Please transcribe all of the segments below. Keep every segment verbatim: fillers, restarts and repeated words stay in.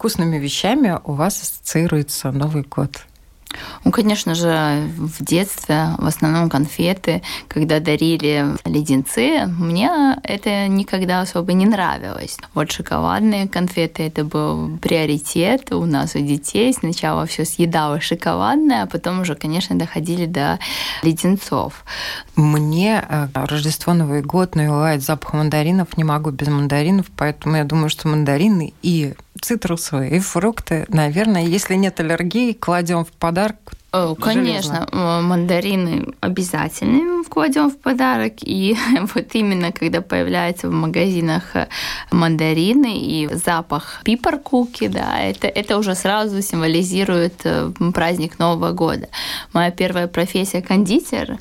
вкусными вещами у вас ассоциируется Новый год? Ну, конечно же, в детстве в основном конфеты, когда дарили леденцы, мне это никогда особо не нравилось. Вот шоколадные конфеты – это был приоритет у нас, у детей. Сначала все съедалось шоколадное, а потом уже, конечно, доходили до леденцов. Мне Рождество, Новый год навевает запах мандаринов. Не могу без мандаринов, поэтому я думаю, что мандарины и цитрусовые, и фрукты, наверное, если нет аллергии, кладем в подарок. Конечно, железно. Мандарины обязательно кладем в подарок. И вот именно когда появляются в магазинах мандарины и запах пипар-куки, да, это, это уже сразу символизирует праздник Нового года. Моя первая профессия – кондитер.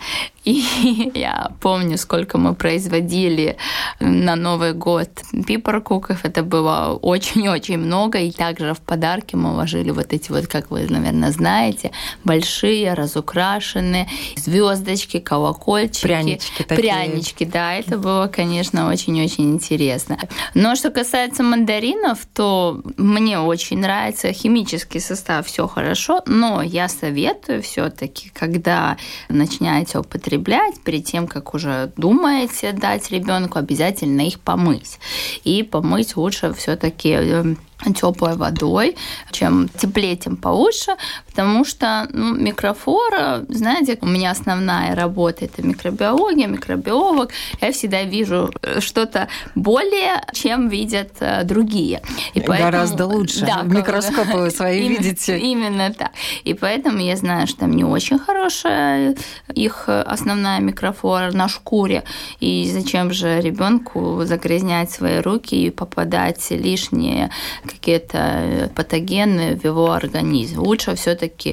И я помню, сколько мы производили на Новый год пипар-куков. Это было очень-очень много. И также в подарки мы ложили вот эти вот, как вы, наверное, знаете, большие, разукрашенные звездочки, колокольчики. Прянички такие. Прянички, да. Это было, конечно, очень-очень интересно. Но что касается мандаринов, то мне очень нравится химический состав, все хорошо, но я советую все-таки, когда начинаете употреблять, перед тем, как уже думаете дать ребенку, обязательно их помыть. И помыть лучше все-таки теплой водой. Чем теплее, тем получше, потому что ну, микрофлора, знаете, у меня основная работа – это микробиология, микробиолог. Я всегда вижу что-то более, чем видят другие. И гораздо поэтому, лучше. Да, в микроскопы вы свои именно, видите. Именно так. И поэтому я знаю, что там не очень хорошая их основная микрофлора на шкуре. И зачем же ребенку загрязнять свои руки и попадать лишние какие-то патогены в его организм. Лучше все-таки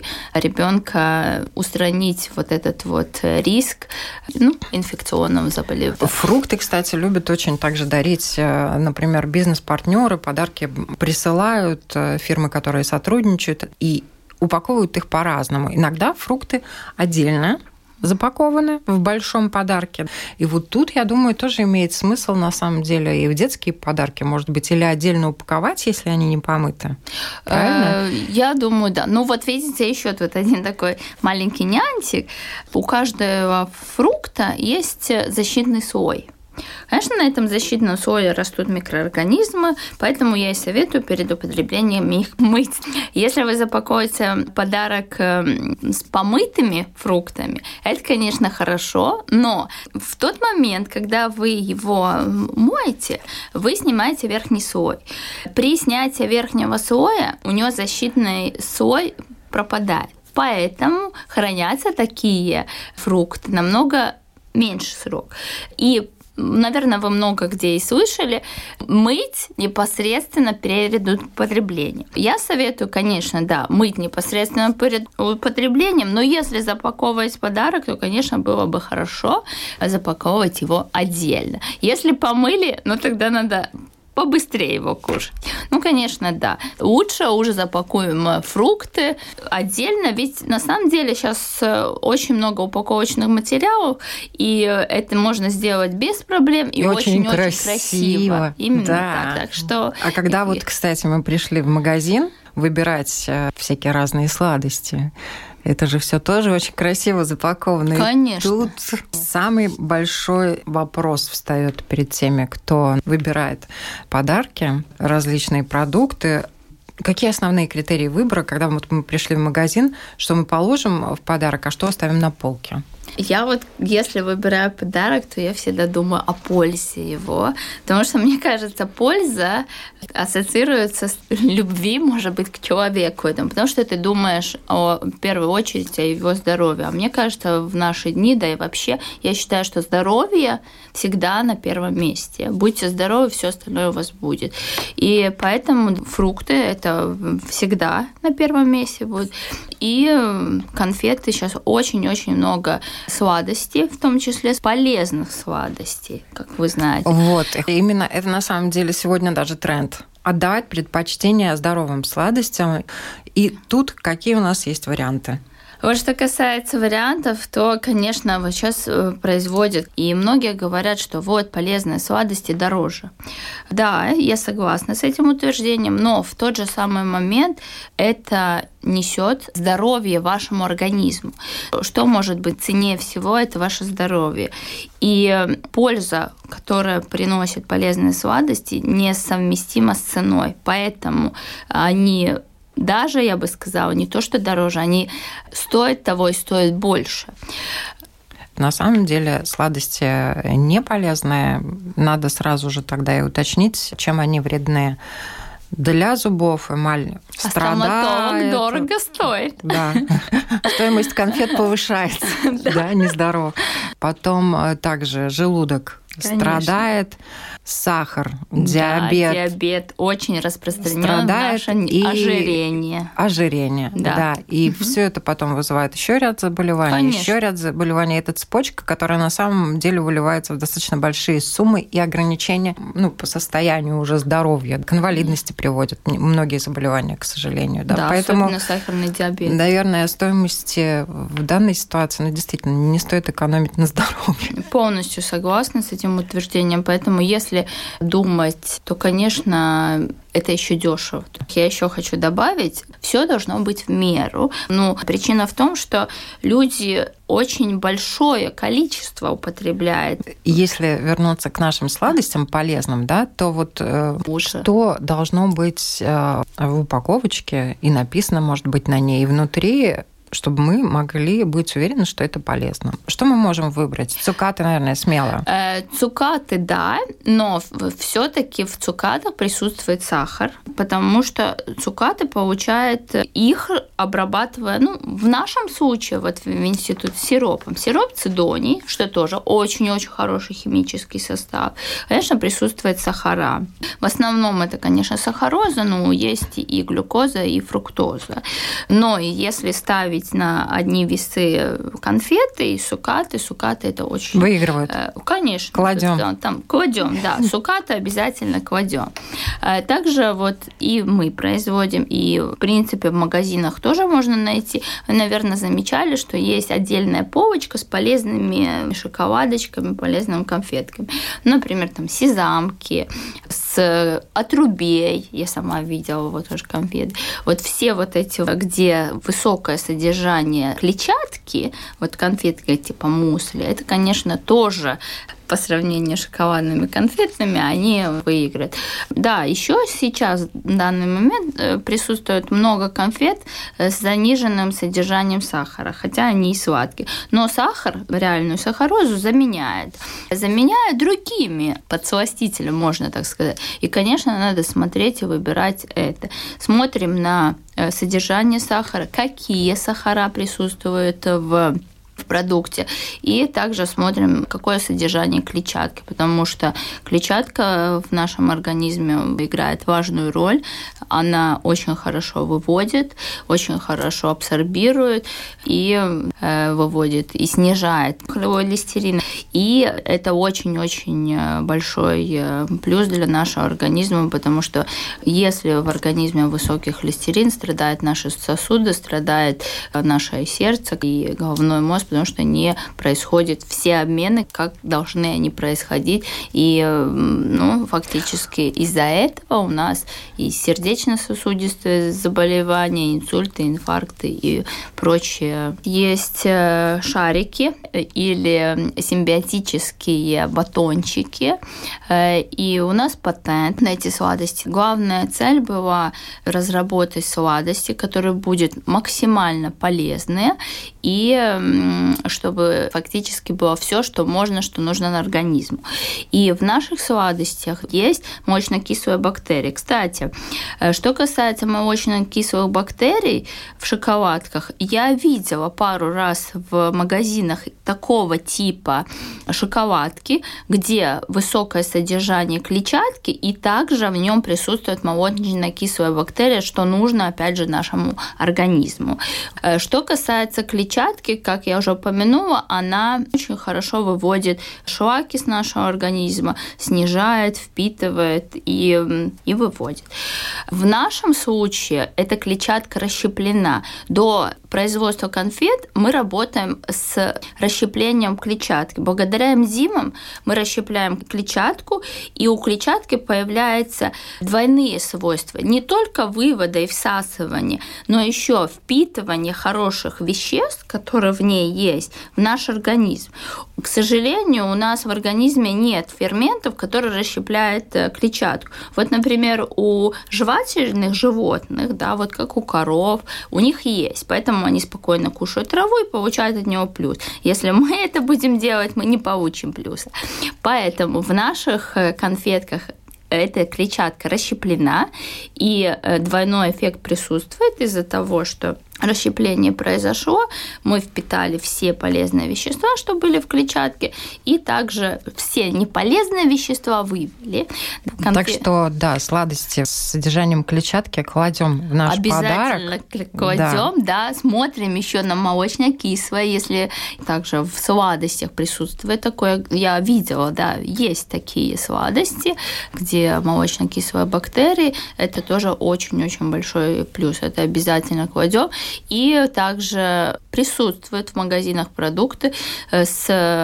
ребенка устранить вот этот вот риск ну, инфекционного заболевания. Фрукты, кстати, любят очень также дарить, например, бизнес-партнеры, подарки присылают фирмы, которые сотрудничают, и упаковывают их по-разному. Иногда фрукты отдельно запакованы в большом подарке. И вот тут, я думаю, тоже имеет смысл, на самом деле, и в детские подарки, может быть, или отдельно упаковать, если они не помыты. Правильно? Я думаю, да. Ну вот видите, еще тут один такой маленький нюансик. У каждого фрукта есть защитный слой. Конечно, на этом защитном слое растут микроорганизмы, поэтому я и советую перед употреблением их мыть. Если вы запакуете подарок с помытыми фруктами, это, конечно, хорошо, но в тот момент, когда вы его моете, вы снимаете верхний слой. При снятии верхнего слоя у него защитный слой пропадает. Поэтому хранятся такие фрукты намного меньше срок. И наверное, вы много где и слышали, мыть непосредственно перед употреблением. Я советую, конечно, да, мыть непосредственно перед употреблением, но если запаковывать подарок, то, конечно, было бы хорошо запаковывать его отдельно. Если помыли, ну тогда надо побыстрее его кушать. Ну, конечно, да. Лучше уже запакуем фрукты отдельно, ведь на самом деле сейчас очень много упаковочных материалов, и это можно сделать без проблем и, и очень-очень красиво. красиво. Именно да. так. Так что... А когда вот, кстати, мы пришли в магазин выбирать всякие разные сладости, это же все тоже очень красиво запаковано. Конечно. И тут самый большой вопрос встает перед теми, кто выбирает подарки, различные продукты. Какие основные критерии выбора, когда вот мы пришли в магазин, что мы положим в подарок, а что оставим на полке? Я вот, если выбираю подарок, то я всегда думаю о пользе его, потому что, мне кажется, польза ассоциируется с любви, может быть, к человеку этому, потому что ты думаешь о, в первую очередь о его здоровье. А мне кажется, в наши дни, да и вообще, я считаю, что здоровье всегда на первом месте. Будьте здоровы, все остальное у вас будет. И поэтому фрукты – это всегда на первом месте будет. И конфеты сейчас очень-очень много сладостей, в том числе полезных сладостей, как вы знаете. Вот, именно это на самом деле сегодня даже тренд. Отдавать предпочтение здоровым сладостям. И тут какие у нас есть варианты? Вот что касается вариантов, то, конечно, вот сейчас производят, и многие говорят, что вот полезные сладости дороже. Да, я согласна с этим утверждением, но в тот же самый момент это несет здоровье вашему организму. Что может быть ценнее всего, это ваше здоровье. И польза, которая приносит полезные сладости, несовместима с ценой. Поэтому они даже, я бы сказала, не то что дороже, они стоят того и стоят больше. На самом деле сладости не полезные. Надо сразу же тогда и уточнить, чем они вредны. Для зубов эмаль а страдает. Дорого стоит. Да. Стоимость конфет повышается. Да, нездорово. Потом также желудок страдает. Сахар, диабет. Да, диабет очень распространен в наше и ожирение. Ожирение, да. да. И угу. все это потом вызывает еще ряд заболеваний, Конечно. еще ряд заболеваний. Это цепочка, которая на самом деле выливается в достаточно большие суммы и ограничения, ну, по состоянию уже здоровья, к инвалидности приводят многие заболевания, к сожалению. Да, да поэтому, особенно сахарный диабет. Наверное, стоимости в данной ситуации, ну, действительно, не стоит экономить на здоровье. Полностью согласна с этим утверждением. Поэтому если думать, то, конечно, это еще дешево. Я еще хочу добавить, все должно быть в меру. Ну, причина в том, что люди очень большое количество употребляют. Если вернуться к нашим сладостям полезным, да, то вот Уже. что должно быть в упаковочке и написано, может быть, на ней внутри, чтобы мы могли быть уверены, что это полезно. Что мы можем выбрать? Цукаты, наверное, смело. Э, цукаты, да, но все-таки в цукатах присутствует сахар, потому что цукаты получают их, обрабатывая, ну, в нашем случае, вот в институте, сиропом. Сироп цидоний, что тоже очень-очень хороший химический состав. Конечно, присутствует сахара. В основном это, конечно, сахароза, но есть и глюкоза, и фруктоза. Но если ставить на одни весы конфеты и сукаты. Сукаты это очень... Выигрывают. Конечно. Кладем. Там, там, кладем, да. Сукаты обязательно кладем. Также вот и мы производим, и в принципе в магазинах тоже можно найти. Вы, наверное, замечали, что есть отдельная полочка с полезными шоколадочками, полезными конфетками. Например, там сезамки, с отрубей. Я сама видела вот тоже конфеты. Вот все вот эти, где высокое содержание содержание клетчатки, вот конфетки типа мусли, это, конечно, тоже по сравнению с шоколадными конфетами, они выиграют. Да, еще сейчас в данный момент присутствует много конфет с заниженным содержанием сахара, хотя они и сладкие. Но сахар, реальную сахарозу, заменяет. Заменяет другими подсластителями, можно так сказать. И, конечно, надо смотреть и выбирать это. Смотрим на содержание сахара, какие сахара присутствуют в в продукте. И также смотрим, какое содержание клетчатки, потому что клетчатка в нашем организме играет важную роль. Она очень хорошо выводит, очень хорошо абсорбирует и э, выводит, и снижает холестерин. И это очень-очень большой плюс для нашего организма, потому что если в организме высокий холестерин, страдают наши сосуды, страдает наше сердце и головной мозг, потому что не происходят все обмены, как должны они происходить. И ну, фактически из-за этого у нас и сердечно-сосудистые заболевания, инсульты, инфаркты и прочее. Есть шарики или симбиотические батончики. И у нас патент на эти сладости. Главная цель была разработать сладости, которые будут максимально полезные и чтобы фактически было все, что можно, что нужно организму. И в наших сладостях есть молочно-кислые бактерии. Кстати, что касается молочно-кислых бактерий в шоколадках, я видела пару раз в магазинах такого типа шоколадки, где высокое содержание клетчатки, и также в нем присутствует молочно-кислая бактерия, что нужно, опять же, нашему организму. Что касается клетчатки, как я уже упомянула, она очень хорошо выводит шлаки с нашего организма, снижает, впитывает и, и выводит. В нашем случае эта клетчатка расщеплена до производства конфет мы работаем с расщеплением клетчатки. Благодаря энзимам мы расщепляем клетчатку, и у клетчатки появляются двойные свойства. Не только вывода и всасывания, но еще впитывание хороших веществ, которые в ней есть, в наш организм. К сожалению, у нас в организме нет ферментов, которые расщепляют клетчатку. Вот, например, у жевательных животных, да, вот как у коров, у них есть. Поэтому они спокойно кушают траву и получают от него плюс. Если мы это будем делать, мы не получим плюса. Поэтому в наших конфетках эта клетчатка расщеплена, и двойной эффект присутствует из-за того, что расщепление произошло, мы впитали все полезные вещества, что были в клетчатке, и также все неполезные вещества вывели. Конфет... Так что, да, сладости с содержанием клетчатки кладем в наш Обязательно подарок. Обязательно кладем, да. да, смотрим еще на молочно-кислое, если также в сладостях присутствует такое, я видела, да, есть такие сладости, где молочно-кислые бактерии, это тоже очень-очень большой плюс, это обязательно кладем. И также присутствуют в магазинах продукты с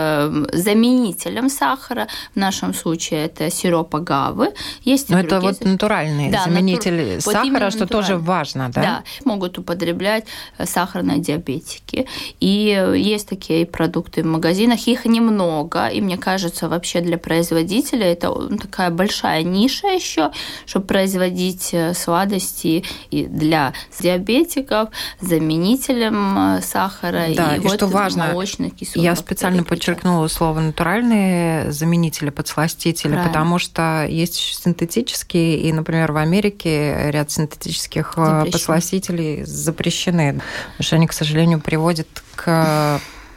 заменителем сахара. В нашем случае это сироп агавы. Есть Но это вот натуральные да, заменители натур... сахара, вот что тоже важно, да? Да, могут употреблять сахарные диабетики. И есть такие продукты в магазинах. Их немного, и мне кажется, вообще для производителя это такая большая ниша еще, чтобы производить сладости и для диабетиков, заменителем сахара да, и, и вот что важно, я специально подчеркнула слово натуральные заменители, подсластители, Правильно. Потому что есть синтетические, и, например, в Америке ряд синтетических Запрещен. подсластителей запрещены, потому что они, к сожалению, приводят к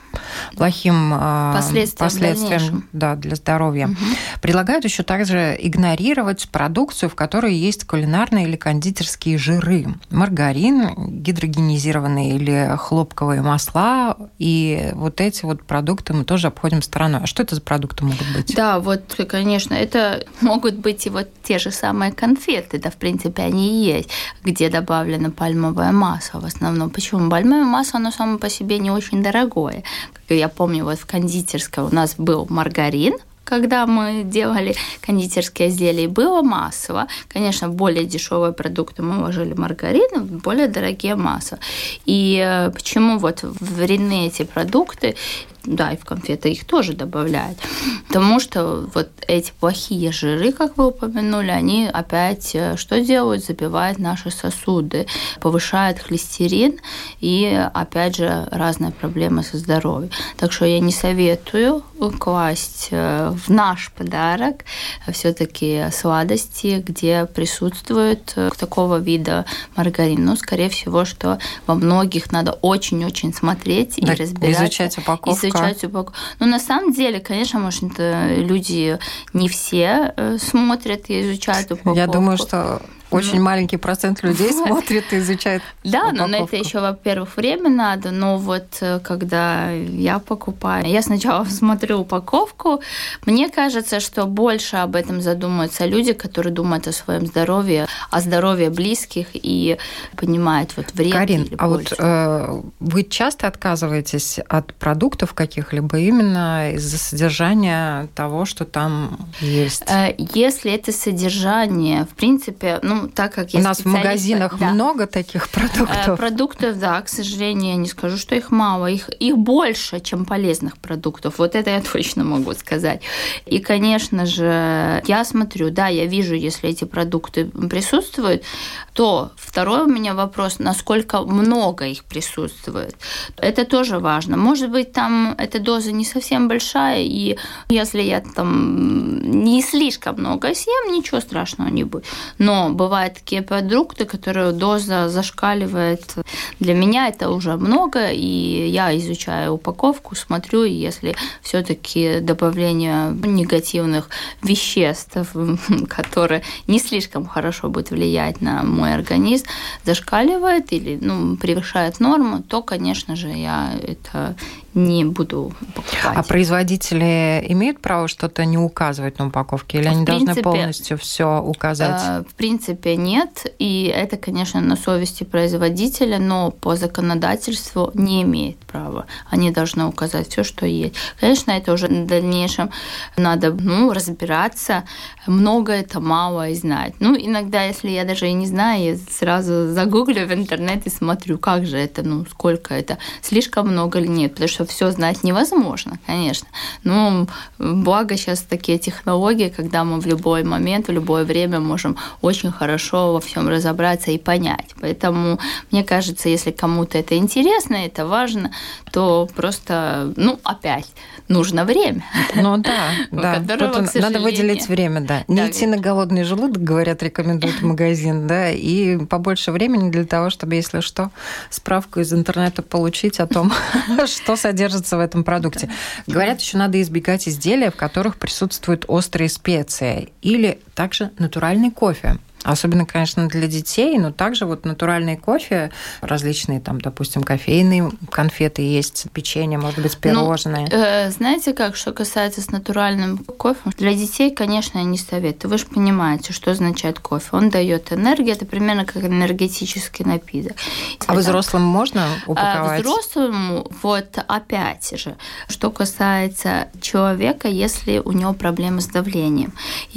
плохим последствиям, последствиям да, для здоровья. Угу. Предлагают еще также игнорировать продукцию, в которой есть кулинарные или кондитерские жиры. Маргарин, гидрогенизированные или хлопковые масла. И вот эти вот продукты мы тоже обходим стороной. А что это за продукты могут быть? Да, вот, конечно, это могут быть и вот те же самые конфеты. Да, в принципе, они и есть, где добавлено пальмовое масло в основном. Почему? Пальмовое масло, оно само по себе не очень дорогое. Я помню, вот в кондитерской у нас был маргарин, когда мы делали кондитерские изделия, было масло. Конечно, более дешевые продукты мы вложили маргарин, более дорогие масла. И почему вот вредны эти продукты? Да, и в конфеты их тоже добавляют. Потому что вот эти плохие жиры, как вы упомянули, они опять что делают? Забивают наши сосуды, повышают холестерин и, опять же, разные проблемы со здоровьем. Так что я не советую класть в наш подарок все-таки сладости, где присутствует такого вида маргарин. Ну, скорее всего, что во многих надо очень-очень смотреть и да, разбираться. Изучать упаковку. Но на самом деле, конечно, может, люди не все смотрят и изучают упаковку. Я думаю, что очень маленький процент людей смотрит и изучает Да, упаковку. но на это еще, во-первых, время надо. Но вот когда я покупаю, я сначала смотрю упаковку. Мне кажется, что больше об этом задумываются люди, которые думают о своем здоровье, о здоровье близких и понимают вот вред Карин, или а пользу. вот э, вы часто отказываетесь от продуктов каких-либо именно из-за содержания того, что там есть? Если это содержание, в принципе, ну, так как я У нас в магазинах да. много таких продуктов. Продуктов, да, к сожалению, я не скажу, что их мало. Их, их больше, чем полезных продуктов. Вот это я точно могу сказать. И, конечно же, я смотрю, да, я вижу, если эти продукты присутствуют, то второй у меня вопрос, насколько много их присутствует. Это тоже важно. Может быть, там эта доза не совсем большая, и если я там не слишком много съем, ничего страшного не будет. Но бывают такие продукты, которые доза зашкаливает. Для меня это уже много, и я изучаю упаковку, смотрю, и если все-таки добавление негативных веществ, которые не слишком хорошо будут влиять на мой организм, зашкаливает или ну, превышает норму, то, конечно же, я это не буду покупать. А производители имеют право что-то не указывать на упаковке, или они в принципе, должны полностью все указать? В принципе, принципе нет, и это, конечно, на совести производителя, но по законодательству не имеет права. Они должны указать все, что есть. Конечно, это уже в дальнейшем надо ну, разбираться, много это, мало и знать. Ну, иногда, если я даже и не знаю, я сразу загуглю в интернете и смотрю, как же это, ну, сколько это, слишком много или нет, потому что все знать невозможно, конечно. Но благо сейчас такие технологии, когда мы в любой момент, в любое время можем очень хорошо во всем разобраться и понять. Поэтому, мне кажется, если кому-то это интересно, это важно, то просто, ну, опять, нужно время. Ну да, да. Которого, надо выделить время, да. Не да, идти на голодный желудок, говорят, рекомендуют в магазин, да, и побольше времени для того, чтобы, если что, справку из интернета получить о том, что содержится в этом продукте. Говорят, еще надо избегать изделий, в которых присутствуют острые специи, или также натуральный кофе. Особенно, конечно, для детей, но также вот натуральный кофе, различные там, допустим, кофейные конфеты есть, печенье, может быть, пирожные. Ну, э, знаете как, что касается с натуральным кофе, для детей, конечно, я не советую. Вы же понимаете, что означает кофе. Он дает энергию, это примерно как энергетический напиток. А так, взрослым можно упаковать? А взрослому, вот опять же, что касается человека, если у него проблемы с давлением.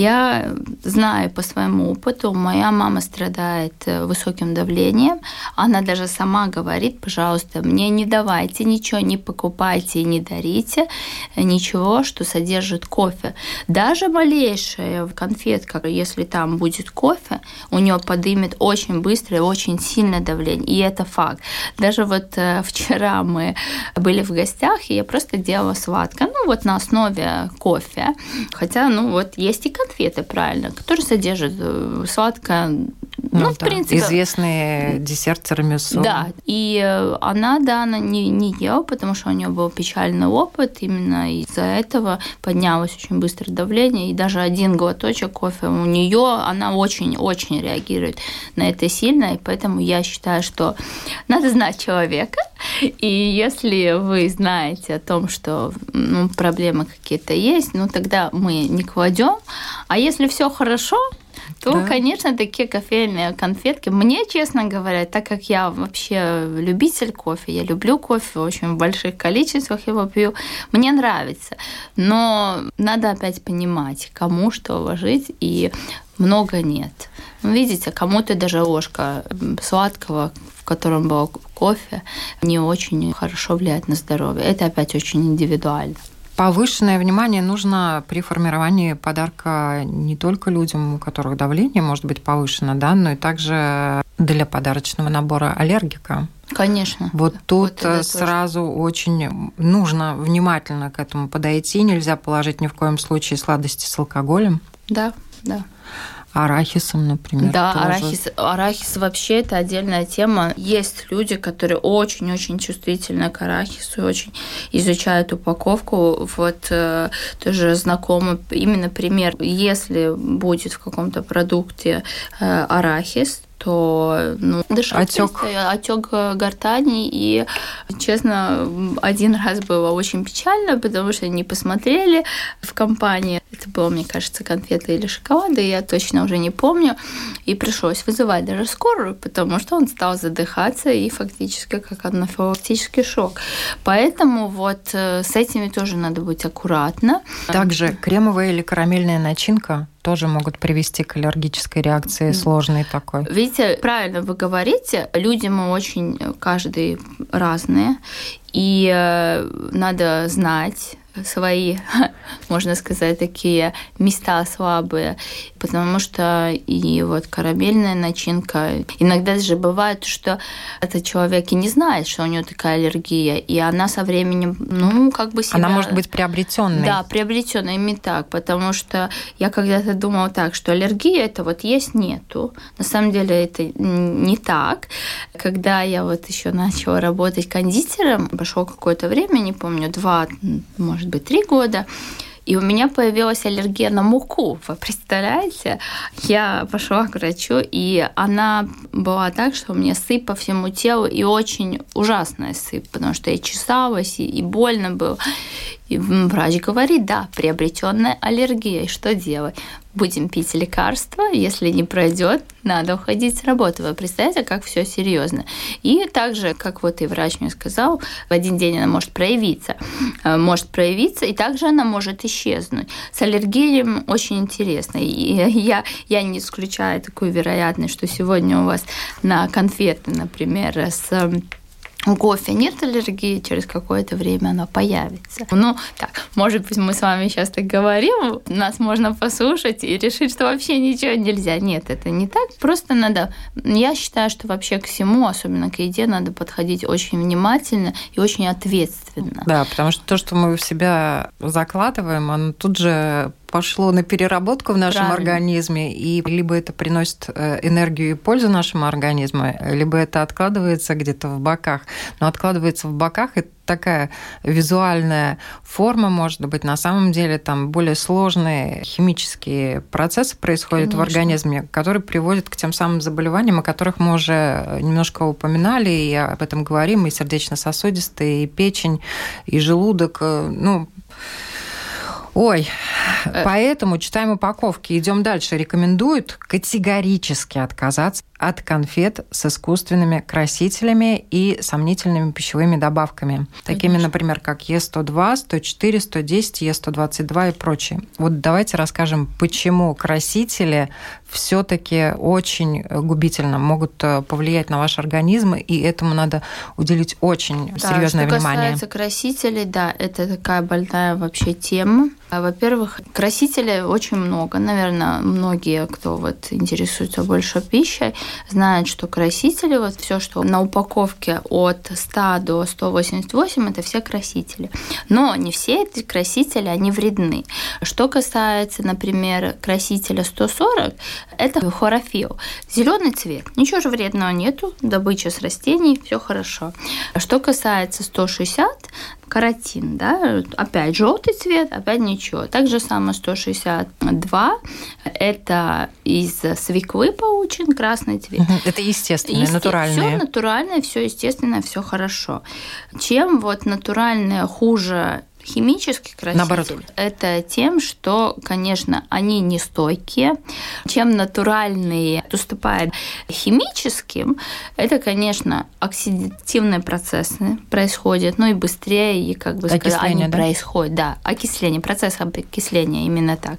Я знаю по своему опыту, моя мама страдает высоким давлением. Она даже сама говорит, пожалуйста, мне не давайте ничего, не покупайте и не дарите ничего, что содержит кофе. Даже малейшая конфетка, если там будет кофе, у нее поднимет очень быстро и очень сильное давление. И это факт. Даже вот вчера мы были в гостях, и я просто делала сладкое, ну вот на основе кофе. Хотя, ну вот есть и конфеты, правильно, которые содержат сладкое. Ну, ну, в да. принципе. Известный десерт тирамису. Да, и она, да, она не, не ела, потому что у нее был печальный опыт, именно из-за этого поднялось очень быстро давление, и даже один глоточек кофе у нее, она очень-очень реагирует на это сильно, и поэтому я считаю, что надо знать человека, и если вы знаете о том, что ну, проблемы какие-то есть, ну тогда мы не кладем, а если все хорошо, то, да. конечно, такие кофейные конфетки. Мне, честно говоря, так как я вообще любитель кофе, я люблю кофе, очень в больших количествах его пью, мне нравится. Но надо опять понимать, кому что ложить, и много нет. Видите, кому-то даже ложка сладкого, в котором был кофе, не очень хорошо влияет на здоровье. Это опять очень индивидуально. Повышенное внимание нужно при формировании подарка не только людям, у которых давление может быть повышено, да, но и также для подарочного набора аллергика. Конечно. Вот тут вот сразу тоже. Очень нужно внимательно к этому подойти. Нельзя положить ни в коем случае сладости с алкоголем. Да, да. Арахисом, например. Да, тоже. арахис, арахис вообще это отдельная тема. Есть люди, которые очень-очень чувствительны к арахису, очень изучают упаковку. Вот э, тоже знакомый именно пример. Если будет в каком-то продукте э, арахис, то ну, отек. отек гортани. И, честно, один раз было очень печально, потому что не посмотрели в компании. Это было, мне кажется, конфеты или шоколады, я точно уже не помню. И пришлось вызывать даже скорую, потому что он стал задыхаться и фактически как анафилактический шок. Поэтому вот с этими тоже надо быть аккуратно. Также кремовая или карамельная начинка тоже могут привести к аллергической реакции сложной такой. Видите, правильно вы говорите, люди мы очень, каждый разные, и надо знать свои, можно сказать, такие места слабые, потому что и вот карамельная начинка, иногда даже бывает, что этот человек и не знает, что у него такая аллергия, и она со временем, ну, как бы себя... Она может быть приобретенной. Да, приобретенной, именно так, потому что я когда-то думала так, что аллергия это вот есть, нету. На самом деле это не так. Когда я вот еще начала работать кондитером, прошло какое-то время, не помню, два, может быть, три года, и у меня появилась аллергия на муку. Вы представляете? Я пошла к врачу, и она была так, что у меня сыпь по всему телу, и очень ужасная сыпь, потому что я чесалась, и, и больно было. И врач говорит, да, приобретенная аллергия, и что делать? будем пить лекарства, если не пройдет, надо уходить с работы. Вы представляете, как все серьезно. И также, как вот и врач мне сказал, в один день она может проявиться, может проявиться, и также она может исчезнуть. С аллергией очень интересно. И я, я не исключаю такую вероятность, что сегодня у вас на конфеты, например, с у кофе нет аллергии, через какое-то время она появится. Ну, так, может быть, мы с вами сейчас так говорим, нас можно послушать и решить, что вообще ничего нельзя. Нет, это не так. Просто надо... Я считаю, что вообще к всему, особенно к еде, надо подходить очень внимательно и очень ответственно. Да, потому что то, что мы в себя закладываем, оно тут же пошло на переработку в нашем Правильно. организме, и либо это приносит энергию и пользу нашему организму, либо это откладывается где-то в боках. Но откладывается в боках, это такая визуальная форма, может быть, на самом деле там более сложные химические процессы происходят Конечно. в организме, которые приводят к тем самым заболеваниям, о которых мы уже немножко упоминали, и об этом говорим, и сердечно-сосудистые, и печень, и желудок, ну... Ой, поэтому читаем упаковки. Идем дальше. Рекомендуют категорически отказаться от конфет с искусственными красителями и сомнительными пищевыми добавками. Конечно. Такими, например, как Е сто два, сто четыре, сто десять, Е сто двадцать два и прочие. Вот давайте расскажем, почему красители все-таки очень губительно могут повлиять на ваш организм, и этому надо уделить очень да, серьезное что внимание. Что касается красителей, да, это такая больная вообще тема. Во-первых, красителей очень много. Наверное, многие, кто вот интересуется больше пищей, знают, что красители, вот все, что на упаковке от ста до ста восьмидесяти восьми, это все красители. Но не все эти красители, они вредны. Что касается, например, красителя сто сорок, это хлорофилл. Зеленый цвет. Ничего же вредного нету. Добыча с растений, все хорошо. Что касается сто шестьдесят, каротин, да, опять желтый цвет, опять ничего. Так же самое сто шестьдесят два, это из свеклы получен красный цвет. Это естественное, Есте... натуральное. Все натуральное, все естественное, все хорошо. Чем вот натуральное хуже химический краситель, наоборот, это тем, что, конечно, они не стойкие. Чем натуральные уступают химическим, это, конечно, оксидативные процессы происходят, ну и быстрее, и, как бы сказать, они да? происходят. Да, окисление, процесс окисления, именно так.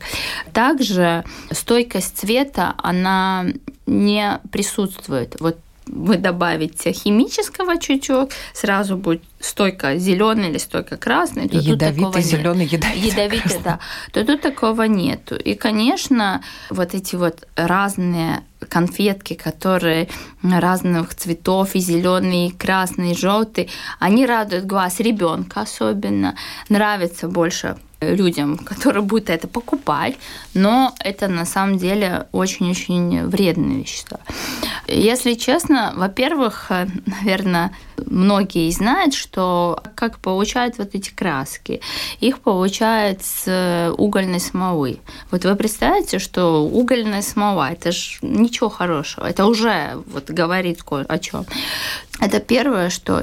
Также стойкость цвета, она не присутствует. Вот вы добавите химического чуть-чуть, сразу будет стойко зеленый или стойко красный, то ядовитый зеленый, ядовитый, ядовитый да, то тут такого нету. И, конечно, вот эти вот разные конфетки, которые разных цветов, и зеленый, и красный, и желтый, они радуют глаз ребенка особенно, нравится больше людям, которые будут это покупать, но это на самом деле очень-очень вредные вещества. Если честно, во-первых, наверное, многие знают, что как получают вот эти краски. Их получают с угольной смолы. Вот вы представляете, что угольная смола – это же ничего хорошего. Это уже вот говорит кое о чем. Это первое, что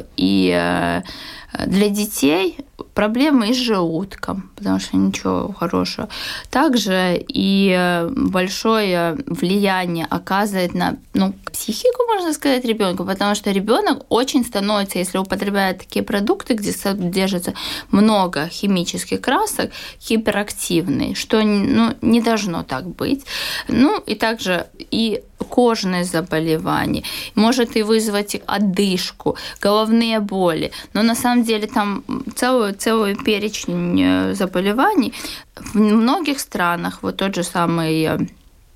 и для детей проблемы и с желудком, потому что ничего хорошего. Также и большое влияние оказывает на ну, психику, можно сказать, ребенка, потому что ребенок очень становится, если употребляет такие продукты, где содержится много химических красок, гиперактивный, что ну, не должно так быть. Ну и также и кожные заболевания, может и вызвать одышку, головные боли. Но на самом деле там целый, целый перечень заболеваний. В многих странах вот тот же самый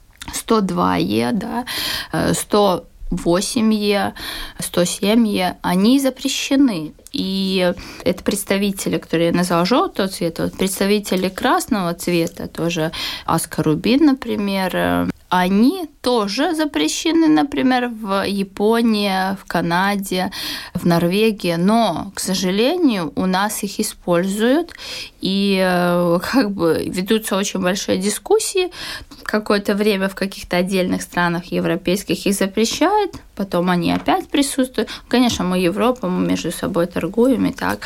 сто два Е, да, сто восемь Е, сто семь Е, они запрещены. И это представители, которые я назвала желтого цвета, вот представители красного цвета, тоже аскорубин, например, они тоже запрещены, например, в Японии, в Канаде, в Норвегии, но, к сожалению, у нас их используют, и как бы ведутся очень большие дискуссии. Какое-то время в каких-то отдельных странах европейских их запрещают, потом они опять присутствуют. Конечно, мы Европа, мы между собой торгуем и так,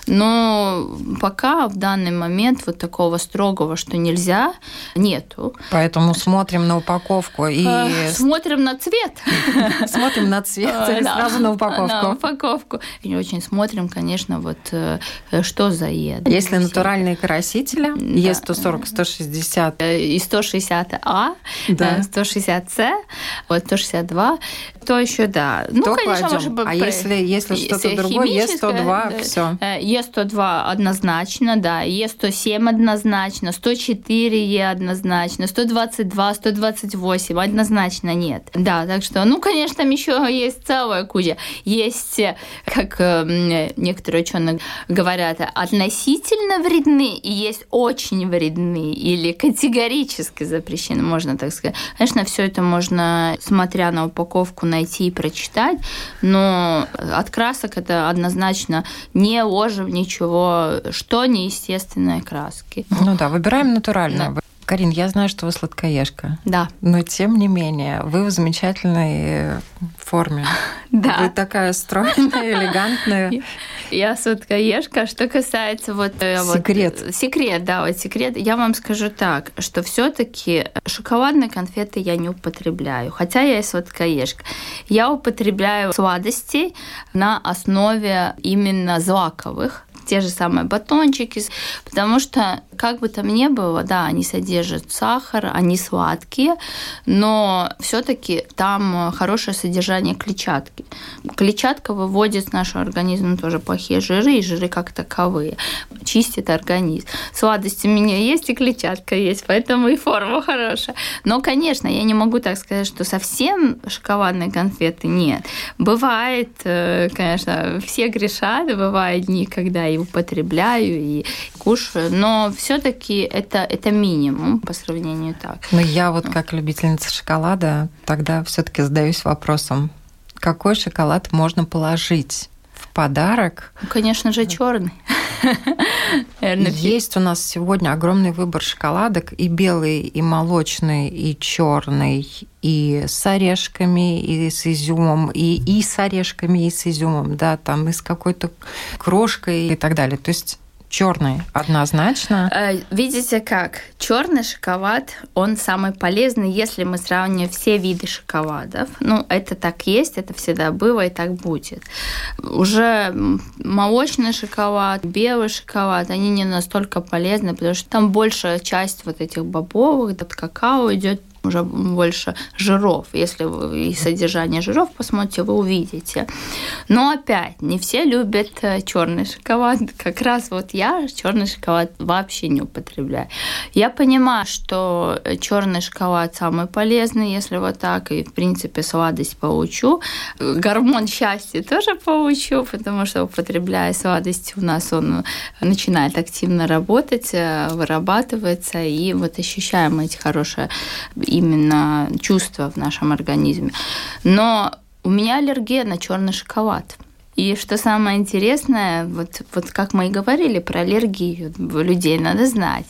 но пока в данный момент вот такого строгого, что нельзя, нету. Поэтому смотрим на упаковку и... Смотрим на цвет. Смотрим на цвет и сразу на упаковку. На упаковку. И очень смотрим, конечно, вот что за еда. Если натуральные красители, Е сто сорок, сто шестьдесят. И сто шестьдесят А, да. сто шестьдесят С, вот сто шестьдесят два, то еще да. Ну, то конечно, может быть. А если, если что-то другое, Е сто два, все. Е сто два однозначно, да. Е сто семь однозначно, сто четыре Е однозначно, сто двадцать два, сто двадцать восемь однозначно нет. Да, так что, ну, конечно, там еще есть целая куча. Есть, как некоторые ученые говорят, относительно вредны, и есть очень вредны, или категорически запрещены, можно так сказать. Конечно, все это можно, смотря на упаковку, найти и прочитать, но от красок это однозначно не ложим ничего, что неестественные краски. Ну да, выбираем натуральное. Да. Карин, я знаю, что вы сладкоежка. Да. Но тем не менее, вы в замечательной форме. Да. Вы такая стройная, элегантная. Я сладкоежка. Что касается вот... Секрет. Вот, секрет, да, вот секрет. Я вам скажу так, что все-таки шоколадные конфеты я не употребляю. Хотя я и сладкоежка. Я употребляю сладости на основе именно злаковых. Те же самые батончики, потому что, как бы там ни было, да, они содержат сахар, они сладкие, но все-таки там хорошее содержание клетчатки. Клетчатка выводит из нашего организма тоже плохие жиры, и жиры как таковые, чистит организм. Сладости у меня есть, и клетчатка есть, поэтому и форма хорошая. Но, конечно, я не могу так сказать, что совсем шоколадные конфеты нет. Бывает, конечно, все грешат, бывают дни, когда и употребляю, и кушаю, но все-таки это, это минимум по сравнению так. Но я вот как любительница шоколада тогда все-таки задаюсь вопросом, какой шоколад можно положить в подарок? Ну, конечно же, черный. Есть у нас сегодня огромный выбор шоколадок, и белый, и молочный, и черный, и с орешками, и с изюмом, и, и с орешками, и с изюмом, да, там и с какой-то крошкой и так далее. То есть черный однозначно. Видите как? Черный шоколад, он самый полезный, если мы сравниваем все виды шоколадов. Ну, это так есть, это всегда было и так будет. Уже молочный шоколад, белый шоколад, они не настолько полезны, потому что там большая часть вот этих бобовых, от какао идет уже больше жиров. Если вы и содержание жиров посмотрите, вы увидите. Но опять, не все любят черный шоколад. Как раз вот я черный шоколад вообще не употребляю. Я понимаю, что черный шоколад самый полезный, если вот так, и в принципе сладость получу. Гормон счастья тоже получу, потому что, употребляя сладости, у нас он начинает активно работать, вырабатывается, и вот ощущаем эти хорошие именно чувства в нашем организме. Но у меня аллергия на черный шоколад. И что самое интересное, вот, вот как мы и говорили про аллергию, людей надо знать.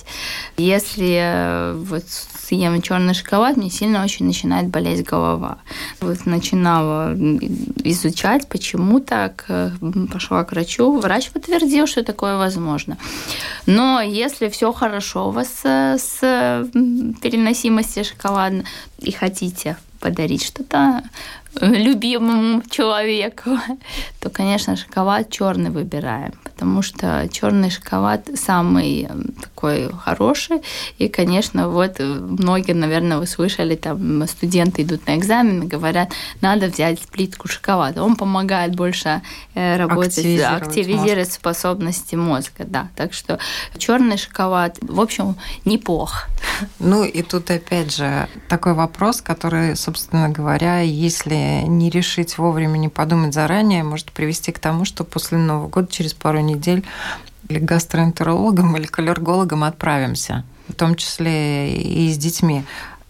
Если вот съем черный шоколад, мне сильно очень начинает болеть голова. Вот начинала изучать, почему так, пошла к врачу. Врач подтвердил, что такое возможно. Но если все хорошо у вас с переносимостью шоколада и хотите подарить что-то любимому человеку, то, конечно, шоколад черный выбираем, потому что черный шоколад самый такой хороший. И, конечно, вот многие, наверное, вы слышали, там студенты идут на экзамены, говорят, надо взять плитку шоколада. Он помогает больше работать, активизировать, активизировать способности мозга. Да. Так что черный шоколад, в общем, неплох. Ну и тут опять же такой вопрос, который, собственно говоря, если не решить вовремя, не подумать заранее, может привести к тому, что после Нового года, через пару недель, или к гастроэнтерологам, или к аллергологам отправимся, в том числе и с детьми.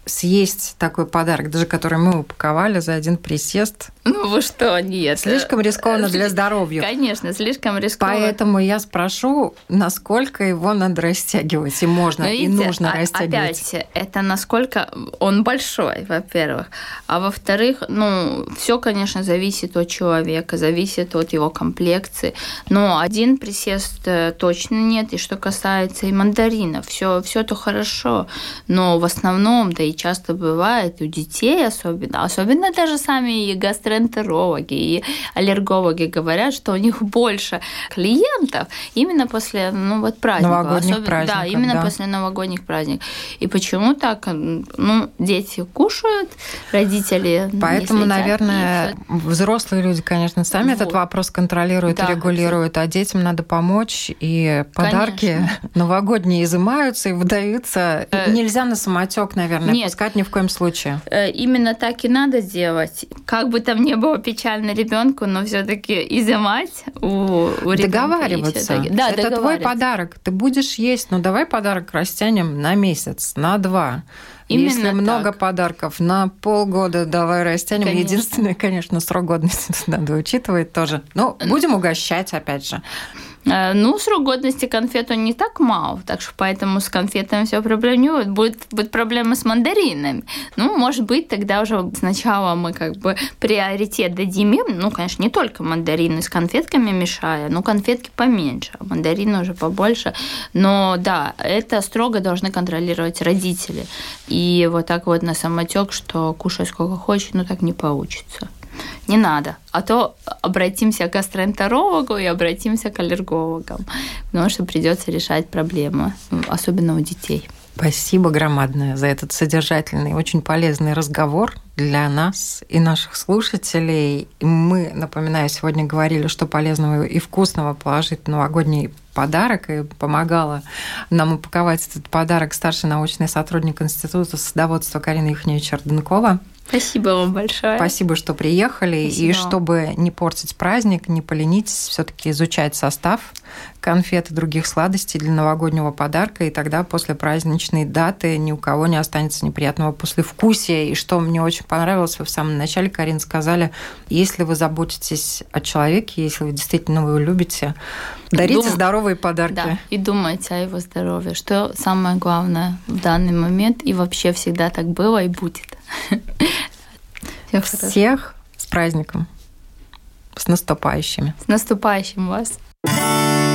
съесть такой подарок, даже который мы упаковали за один присест. Ну вы что, нет. Слишком рискованно для здоровья. Конечно, слишком рискованно. Поэтому я спрошу, насколько его надо растягивать, и можно, Но, и видите, нужно растягивать. Опять, это насколько он большой, во-первых. А во-вторых, ну, все, конечно, зависит от человека, зависит от его комплекции. Но один присест точно нет. И что касается и мандаринов, все, все то хорошо. Но в основном, да и часто бывает у детей особенно, особенно даже сами и гастроэнтерологи, и аллергологи говорят, что у них больше клиентов именно после, ну, вот праздников. Новогодних особенно, праздников, да, именно да. после новогодних праздников. И почему так? Ну, дети кушают, родители... Поэтому, едят, наверное, едят. Взрослые люди, конечно, сами вот. этот вопрос контролируют, да, и регулируют, а детям надо помочь, и подарки конечно. новогодние изымаются и выдаются. Э, Нельзя на самотек, наверное, нет. пускать ни в коем случае. Э, именно так и надо делать. Как бы там ни было печально ребенку, но все-таки изымать у, у ребенка. Договариваться. Да, это твой подарок. Ты будешь есть, но давай подарок растянем на месяц, на два. Именно Если так. много подарков, на полгода давай растянем. Конечно. Единственное, конечно, срок годности надо учитывать тоже. Ну, будем угощать, опять же. Ну, срок годности конфет он не так мал, так что поэтому с конфетами все проблем не будет. Будет, будет проблема с мандаринами. Ну, может быть, тогда уже сначала мы как бы приоритет дадим им, ну, конечно, не только мандарины с конфетками мешая, но конфетки поменьше, а мандарины уже побольше. Но да, это строго должны контролировать родители. И вот так вот на самотек, что кушай сколько хочешь, ну, так не получится. Не надо. А то обратимся к гастроэнтерологу и обратимся к аллергологам, потому что придется решать проблемы, особенно у детей. Спасибо громадное за этот содержательный, очень полезный разговор для нас и наших слушателей. Мы, напоминаю, сегодня говорили, что полезного и вкусного положить в новогодний подарок, и помогала нам упаковать этот подарок старший научный сотрудник Института садоводства Карина Юхневич-Орденкова. Спасибо вам большое. Спасибо, что приехали. Спасибо. И чтобы не портить праздник, не поленитесь, все-таки изучать состав конфет и других сладостей для новогоднего подарка, и тогда после праздничной даты ни у кого не останется неприятного послевкусия. И что мне очень понравилось, вы в самом начале, Карин, сказали, если вы заботитесь о человеке, если вы действительно его любите, дарите Дум... здоровые подарки. Да, и думайте о его здоровье, что самое главное в данный момент, и вообще всегда так было и будет. Всех с праздником, с наступающими. С наступающим вас.